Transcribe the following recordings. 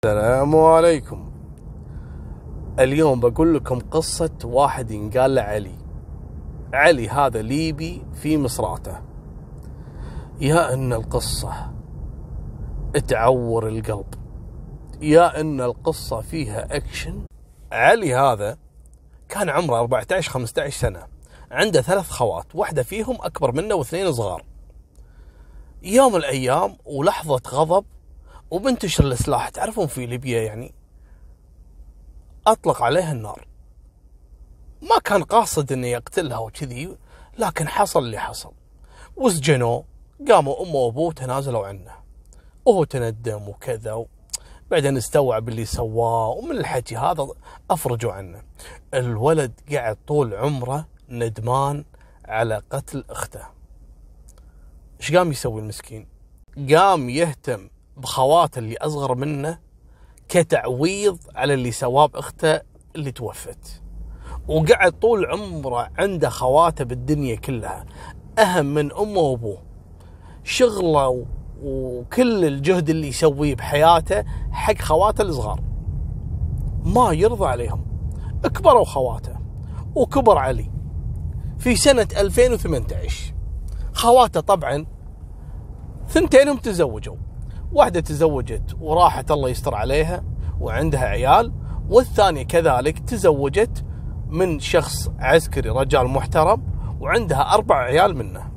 السلام عليكم. اليوم بقول لكم قصة واحد ينقال له علي. علي هذا ليبي في مصراته. يا ان القصة تعور القلب، يا ان القصة فيها اكشن. علي هذا كان عمره 14-15 سنة، عنده 3 خوات، واحدة فيهم اكبر منه و2 صغار. يوم من الايام ولحظة غضب وبنتشر السلاح، تعرفون في ليبيا يعني، اطلق عليها النار. ما كان قاصد انه يقتلها وكذي، لكن حصل اللي حصل وسجنوه. قاموا امه وابوه تنازلوا عنه وهو تندم وكذا، بعدين استوعب اللي سواه ومن الحكي هذا افرجوا عنه. الولد قاعد طول عمره ندمان على قتل اخته. ايش قام يسوي المسكين؟ قام يهتم بخواته اللي اصغر منه كتعويض على اللي سواه باخته اللي توفت، وقعد طول عمره عنده خواته بالدنيا كلها اهم من امه وابوه. شغله وكل الجهد اللي يسويه بحياته حق خواته الصغار، ما يرضى عليهم. اكبروا خواته وكبر علي في سنة 2018. خواته طبعا 2 تزوجوا، واحدة تزوجت وراحت الله يستر عليها وعندها عيال، والثانية كذلك تزوجت من شخص عسكري رجال محترم وعندها 4 عيال منه.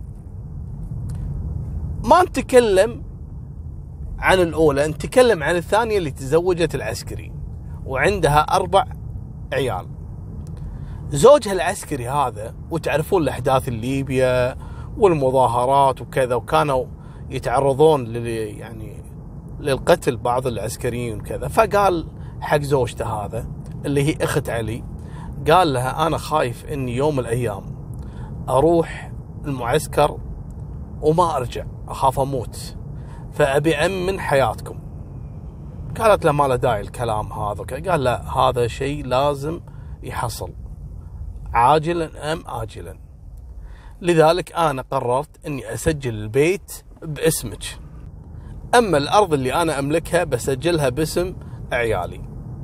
ما نتكلم عن الأولى، نتكلم عن الثانية اللي تزوجت العسكري وعندها 4 عيال. زوجها العسكري هذا، وتعرفون الأحداث الليبيا والمظاهرات وكذا، وكانوا يتعرضون يعني للقتل بعض العسكريين وكذا. فقال حق زوجته هذا اللي هي اخت علي، قال لها انا خايف اني يوم من الايام اروح المعسكر وما ارجع، اخاف اموت، فابي امن حياتكم. قالت له ما له داعي الكلام هذا. قال لا، هذا شيء لازم يحصل عاجلا ام اجلا، لذلك انا قررت اني اسجل البيت باسمك، اما الارض اللي انا املكها بسجلها باسم عيالي.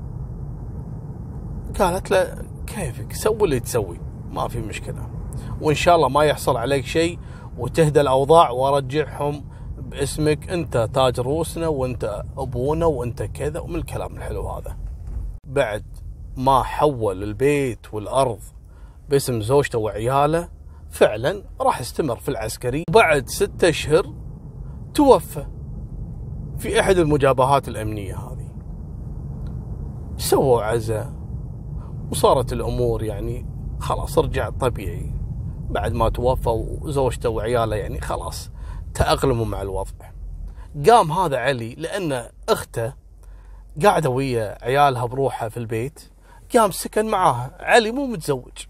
قالت له كيفك، سوي اللي تسوي، ما في مشكلة، وان شاء الله ما يحصل عليك شيء وتهدى الاوضاع وارجعهم باسمك، انت تاج روسنا وانت ابونا وانت كذا، ومن الكلام الحلو هذا. بعد ما حول البيت والارض باسم زوجته وعياله، فعلا راح استمر في العسكري. وبعد 6 أشهر توفى في احد المجابهات الامنيه هذه. سووا عزاء وصارت الامور يعني خلاص رجع طبيعي بعد ما توفى، وزوجته وعياله يعني خلاص تأقلموا مع الوضع. قام هذا علي لان اخته قاعده ويا عيالها بروحها في البيت، قام سكن معاها. علي مو متزوج،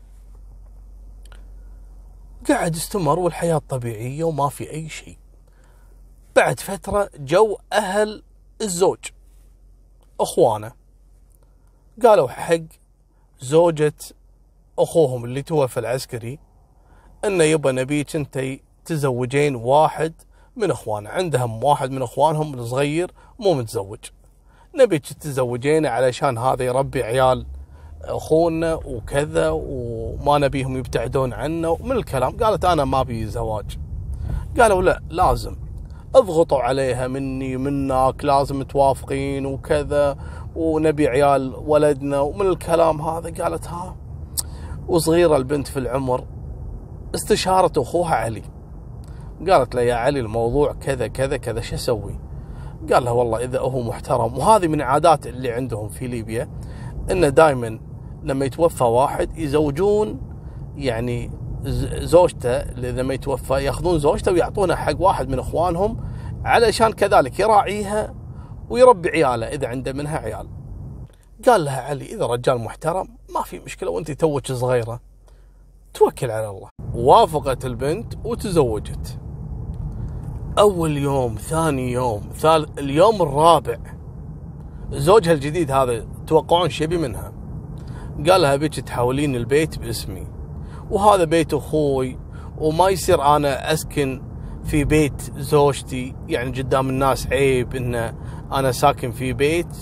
قاعد استمر والحياه طبيعيه وما في اي شيء. بعد فترة جو أهل الزوج أخوانه، قالوا حق زوجة أخوهم اللي توفى العسكري إنه يبا نبيك أنت تزوجين واحد من أخوانه، عندهم واحد من أخوانهم الصغير مو متزوج، نبيك تزوجينه علشان هذا يربي عيال أخونا وكذا، وما نبيهم يبتعدون عنه ومن الكلام. قالت أنا ما بي زواج. قالوا لا، لازم اضغطوا عليها مني منك، لازم توافقين وكذا، ونبي عيال ولدنا ومن الكلام هذا. قالت ها، وصغيرة البنت في العمر، استشارت أخوها علي، قالت له يا علي الموضوع كذا كذا كذا، شو أسوي؟ قال لها والله إذا هو محترم، وهذه من عادات اللي عندهم في ليبيا، إنه دائما لما يتوفى واحد يزوجون يعني زوجته، لما يتوفى ياخذون زوجته ويعطونها حق واحد من اخوانهم علشان كذلك يراعيها ويربي عياله اذا عنده منها عيال. قال لها علي اذا رجال محترم ما في مشكله، وانت توك صغيره توكل على الله. وافقت البنت وتزوجت. اول يوم، ثاني يوم، اليوم الرابع زوجها الجديد هذا توقعون شبي منها، قال لها بيك تحولين البيت باسمي، وهذا بيت اخوي، وما يصير انا اسكن في بيت زوجتي، يعني قدام الناس عيب ان انا ساكن في بيت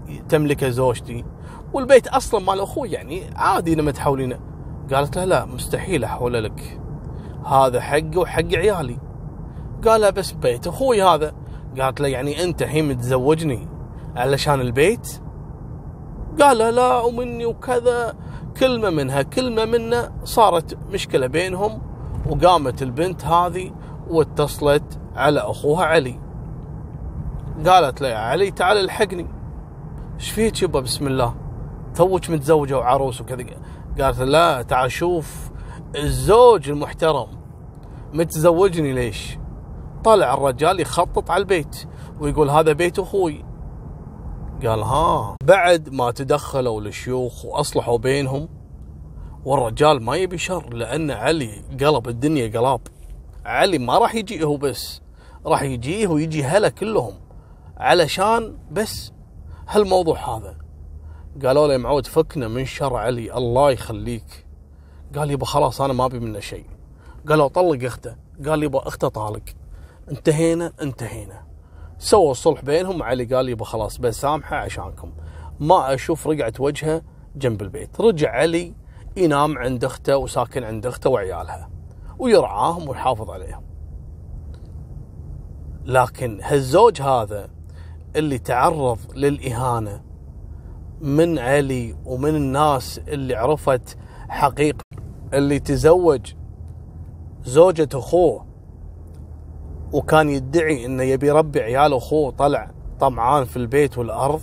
تملكه زوجتي والبيت اصلا مال اخوي، يعني عادي لما تحولينه. قالت له لا مستحيل احوله لك، هذا حقي وحق عيالي. قال لها بس بيت اخوي هذا. قالت له يعني انت الحين متزوجني علشان البيت؟ قال لها لا ومني وكذا. كلمة منها كلمة منه، صارت مشكلة بينهم، وقامت البنت هذه واتصلت على اخوها علي. قالت له يا علي تعال الحقني، ايش فيك يبا بسم الله، توك متزوجة وعروس وكذا. قالت له لا تعال شوف الزوج المحترم متزوجني ليش. طلع الرجال يخطط على البيت ويقول هذا بيت اخوي. قال ها. بعد ما تدخلوا الشيوخ واصلحوا بينهم، والرجال ما يبي شر، لان علي قلب الدنيا قلاب. علي ما راح يجيه هو بس، راح يجيه ويجي هلا كلهم علشان بس هالموضوع هذا. قالوا له يا معود فكنا من شر علي الله يخليك. قال يبا خلاص انا ما ابي منه شيء. قالوا طلق اخته. قال يبا اخته طالق. انتهينا. سووا الصلح بينهم. علي قال يبا خلاص بسامحه عشانكم، ما اشوف رقعة وجهه جنب البيت. رجع علي ينام عند اخته وساكن عند اخته وعيالها ويرعاهم ويحافظ عليهم. لكن هالزوج هذا اللي تعرض للإهانة من علي ومن الناس اللي عرفت حقيقة، اللي تزوج زوجة أخوه وكان يدعي انه يبي يربي عيال أخوه، طلع طمعان في البيت والأرض،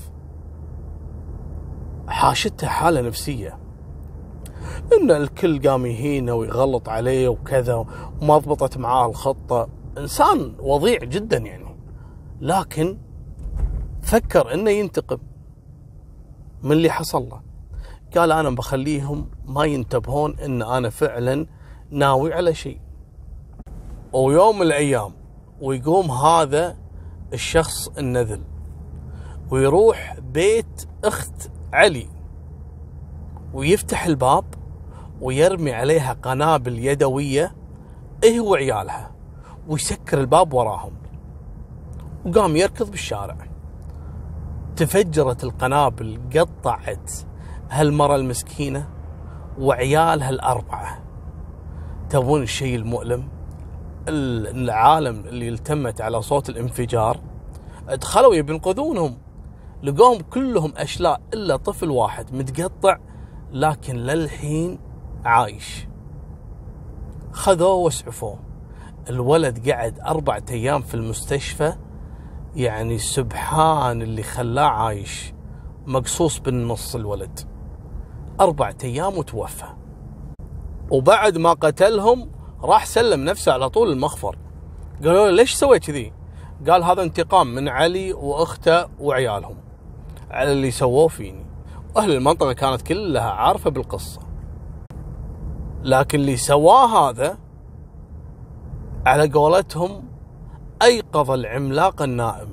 حاشته حالة نفسية. ان الكل قام يهينه ويغلط عليه وكذا، وما ضبطت معاه الخطة. انسان وضيع جدا يعني، لكن فكر انه ينتقم من اللي حصل له. قال انا بخليهم ما ينتبهون ان انا فعلا ناوي على شيء. ويوم من الايام ويقوم هذا الشخص النذل ويروح بيت اخت علي ويفتح الباب ويرمي عليها قنابل يدوية ايه وعيالها، ويسكر الباب وراهم، وقام يركض بالشارع. تفجرت القنابل، قطعت هالمرة المسكينة وعيالها ال4. تبون الشيء المؤلم؟ العالم اللي التمت على صوت الانفجار دخلوا يبي ينقذونهم، لقوهم كلهم أشلاء إلا طفل واحد متقطع لكن للحين عايش. خذوه واسعفوه. الولد قعد 4 أيام في المستشفى، يعني سبحان اللي خلاه عايش، مقصوص بالنص الولد. 4 أيام وتوفى. وبعد ما قتلهم راح سلم نفسه على طول المخفر. قالوا له ليش سويت كذي؟ قال هذا انتقام من علي واخته وعيالهم على اللي سووه فيني. واهل المنطقة كانت كلها عارفة بالقصة، لكن اللي سواه هذا على قولتهم ايقظ العملاق النائم.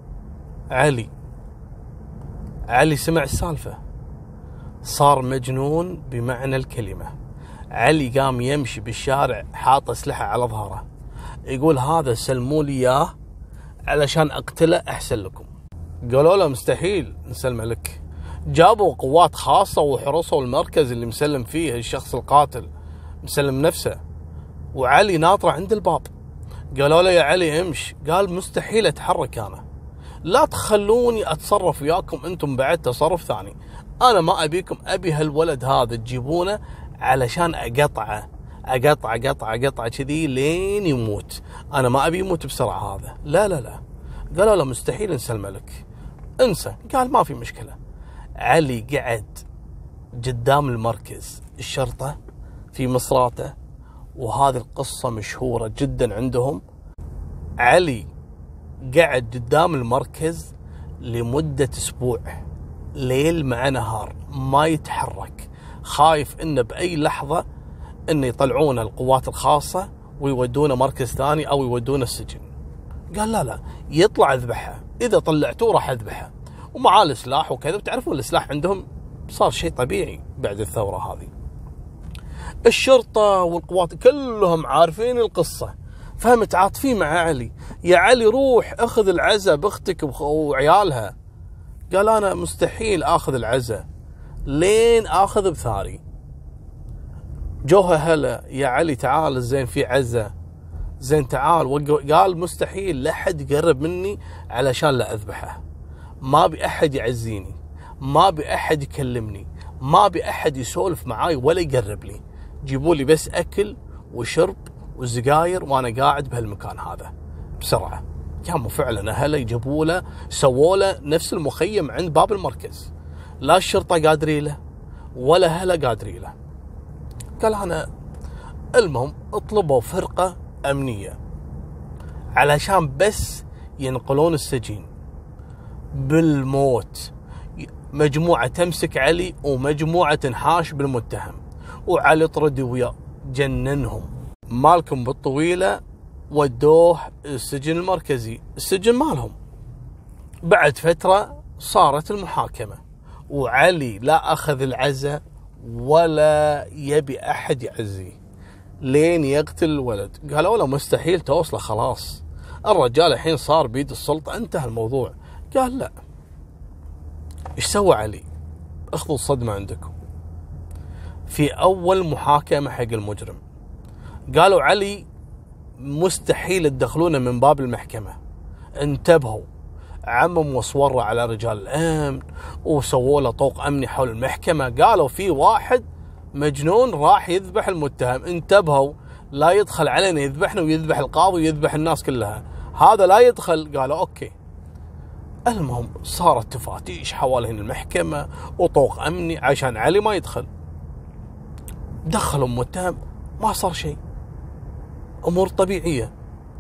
علي سمع السالفة، صار مجنون بمعنى الكلمة. علي قام يمشي بالشارع حاط اسلحة على ظهره، يقول هذا سلموا لي اياه علشان اقتله احسن لكم. قالوا له مستحيل نسلمه لك. جابوا قوات خاصة وحرسوا المركز اللي مسلم فيه الشخص القاتل، مسلم نفسه، وعلي ناطره عند الباب. قالوا له يا علي امش. قال مستحيل اتحرك انا، لا تخلوني اتصرف وياكم انتم بعد تصرف ثاني. انا ما ابيكم، ابي هالولد هذا تجيبونه علشان اقطعه كذي لين يموت. انا ما ابي يموت بسرعه هذا. لا. قالوا له مستحيل نسلمه لك، انسى. قال ما في مشكله. علي قعد قدام المركز الشرطه في مصراته، وهذه القصه مشهوره جدا عندهم. علي قعد قدام المركز لمده اسبوع، ليل مع نهار ما يتحرك، خايف انه باي لحظه انه يطلعون القوات الخاصه ويودونه مركز ثاني او يودونه السجن. قال لا يطلع اذبحه، اذا طلعتوه راح اذبحه. ومعاه السلاح وكذا، وتعرفون السلاح عندهم صار شيء طبيعي بعد الثوره هذه. الشرطه والقوات كلهم عارفين القصه، فمتعاطفين مع علي. يا علي روح اخذ العزة باختك وعيالها، قال أنا مستحيل آخذ العزة لين آخذ بثاري. جوها هلا يا علي تعال زين في عزة، زين تعال. قال مستحيل لا حد يقرب مني علشان لا أذبحه، ما بي أحد يعزيني، ما بي أحد يكلمني، ما بي أحد يسولف معاي ولا يقرب لي، جيبوا لي بس أكل وشرب وزقاير وأنا قاعد بهالمكان هذا بسرعة. قاموا فعلا أهله يجيبوا له، سووا له نفس المخيم عند باب المركز، لا الشرطة قادرين له ولا أهله قادرين له. قال أنا المهم اطلبوا فرقة أمنية علشان بس ينقلون السجين بالموت، مجموعة تمسك علي ومجموعة تنحاش بالمتهم، وعلي طردي وياه جننهم. مالكم بالطويلة ودوه السجن المركزي، السجن مالهم. بعد فترة صارت المحاكمة، وعلي لا أخذ العزة ولا يبي أحد يعزيه لين يقتل الولد. قالوا له مستحيل توصله، خلاص الرجال الحين صار بيد السلطة، انتهى الموضوع. قال لا. ايش سوى علي؟ اخذوا الصدمة عندكم. في أول محاكمة حق المجرم قالوا علي مستحيل تدخلونه من باب المحكمة، انتبهوا، عمم وصوروا على رجال الأمن وسووا له طوق أمني حول المحكمة، قالوا في واحد مجنون راح يذبح المتهم، انتبهوا لا يدخل علينا يذبحنا ويذبح القاضي ويذبح الناس كلها، هذا لا يدخل. قالوا أوكي. المهم صارت تفاتيش حوالين المحكمة وطوق أمني عشان علي ما يدخل. دخلوا المتهم ما صار شيء، أمور طبيعية.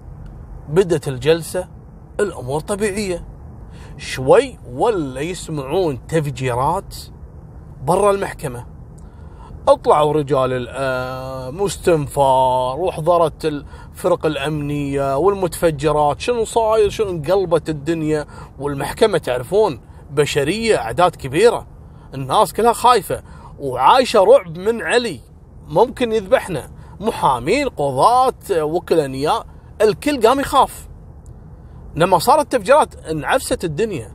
بدت الجلسة الأمور طبيعية، شوي ولا يسمعون تفجيرات برا المحكمة. اطلعوا رجال مستنفار وحضرت الفرق الأمنية والمتفجرات، شنو صاير، شنو انقلبت الدنيا. والمحكمة تعرفون بشرية، أعداد كبيرة، الناس كلها خايفة وعايشة رعب من علي، ممكن يذبحنا، محامين، قضاة، وكلاء نيابة، الكل قام يخاف. لما صارت تفجيرات انعفست الدنيا،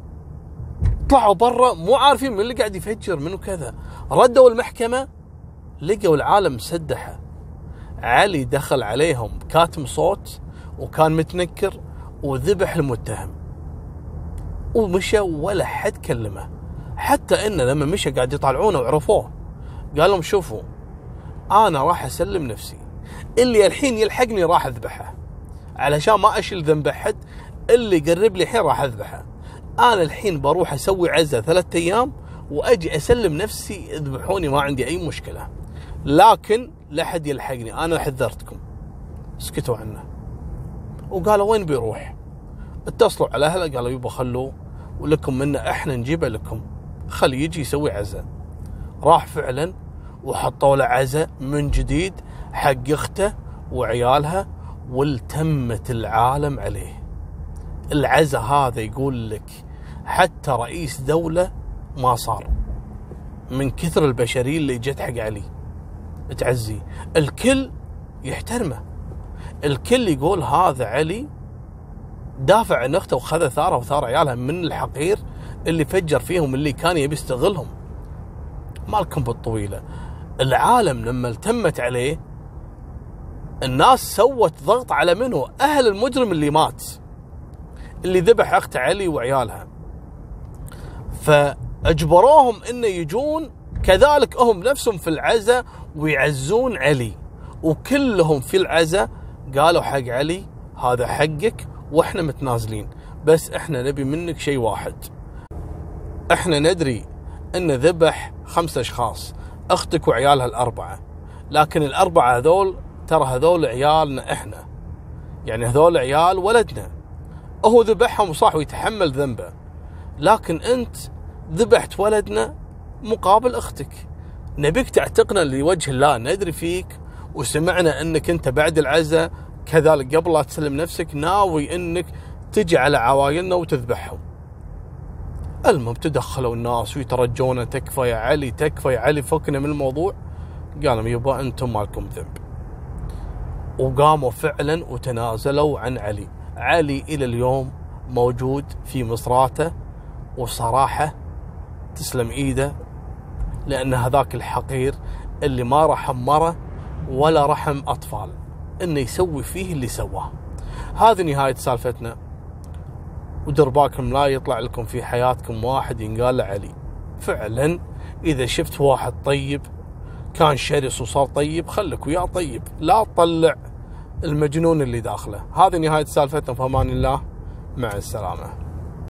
طلعوا برا مو عارفين من اللي قاعد يفجر منه كذا. ردوا المحكمة لقوا العالم مسدحة. علي دخل عليهم كاتم صوت وكان متنكر وذبح المتهم ومشى ولا حد كلمه. حتى إنه لما مشى قاعد يطالعونه وعرفوه، قال لهم شوفوا أنا راح أسلم نفسي، اللي الحين يلحقني راح أذبحه علشان ما أشيل ذنب أحد، اللي يقرب لي الحين راح أذبحه. أنا الحين بروح أسوي عزة 3 أيام وأجي أسلم نفسي، اذبحوني ما عندي أي مشكلة، لكن لا حد يلحقني، أنا حذرتكم. سكتوا عنه وقالوا وين بيروح؟ اتصلوا على أهله قالوا يبا خلوه ولكم منه احنا نجيبه لكم، خلي يجي يسوي عزة. راح فعلا وحطوا له عزة من جديد حق اخته وعيالها، والتمت العالم عليه. العزة هذا يقول لك حتى رئيس دولة ما صار من كثر البشرية اللي جت حق علي تعزي. الكل يحترمه، الكل يقول هذا علي دافع عن اخته وخذ ثاره وثار عيالها من الحقير اللي فجر فيهم، اللي كان يبي يستغلهم. مالكم بالطويلة. العالم لما التمت عليه الناس سوت ضغط على منه؟ أهل المجرم اللي مات، اللي ذبح أخت علي وعيالها، فأجبروهم إنه يجون كذلك هم نفسهم في العزة ويعزون علي. وكلهم في العزة قالوا حق علي هذا حقك وإحنا متنازلين، بس إحنا نبي منك شيء واحد. إحنا ندري إن ذبح 5 أشخاص، أختك وعيالها 4، لكن 4 هذول ترى هذول عيالنا إحنا، يعني هذول عيال ولدنا، هو ذبحهم صح ويتحمل ذنبه، لكن أنت ذبحت ولدنا مقابل أختك. نبيك تعتقنا لوجه الله، ندري فيك وسمعنا أنك أنت بعد العزة كذلك قبل لا تسلم نفسك ناوي أنك تجي على عوايلنا وتذبحهم. المهم تدخلوا الناس ويترجونه تكفى يا علي، تكفى يا علي، فكنا من الموضوع. قالوا يبا أنتم مالكم ذنب، وقاموا فعلا وتنازلوا عن علي. علي إلى اليوم موجود في مصراته وصراحة تسلم إيده، لأن هذاك الحقير اللي ما رحم مرة ولا رحم أطفال إنه يسوي فيه اللي سواه. هذه نهاية سالفتنا، ودرباكم لا يطلع لكم في حياتكم واحد ينقال له علي. فعلا إذا شفت واحد طيب كان شرس وصار طيب، خلك وياه طيب، لا تطلع المجنون اللي داخله. هذه نهاية سالفتنا، في أمان الله، مع السلامة.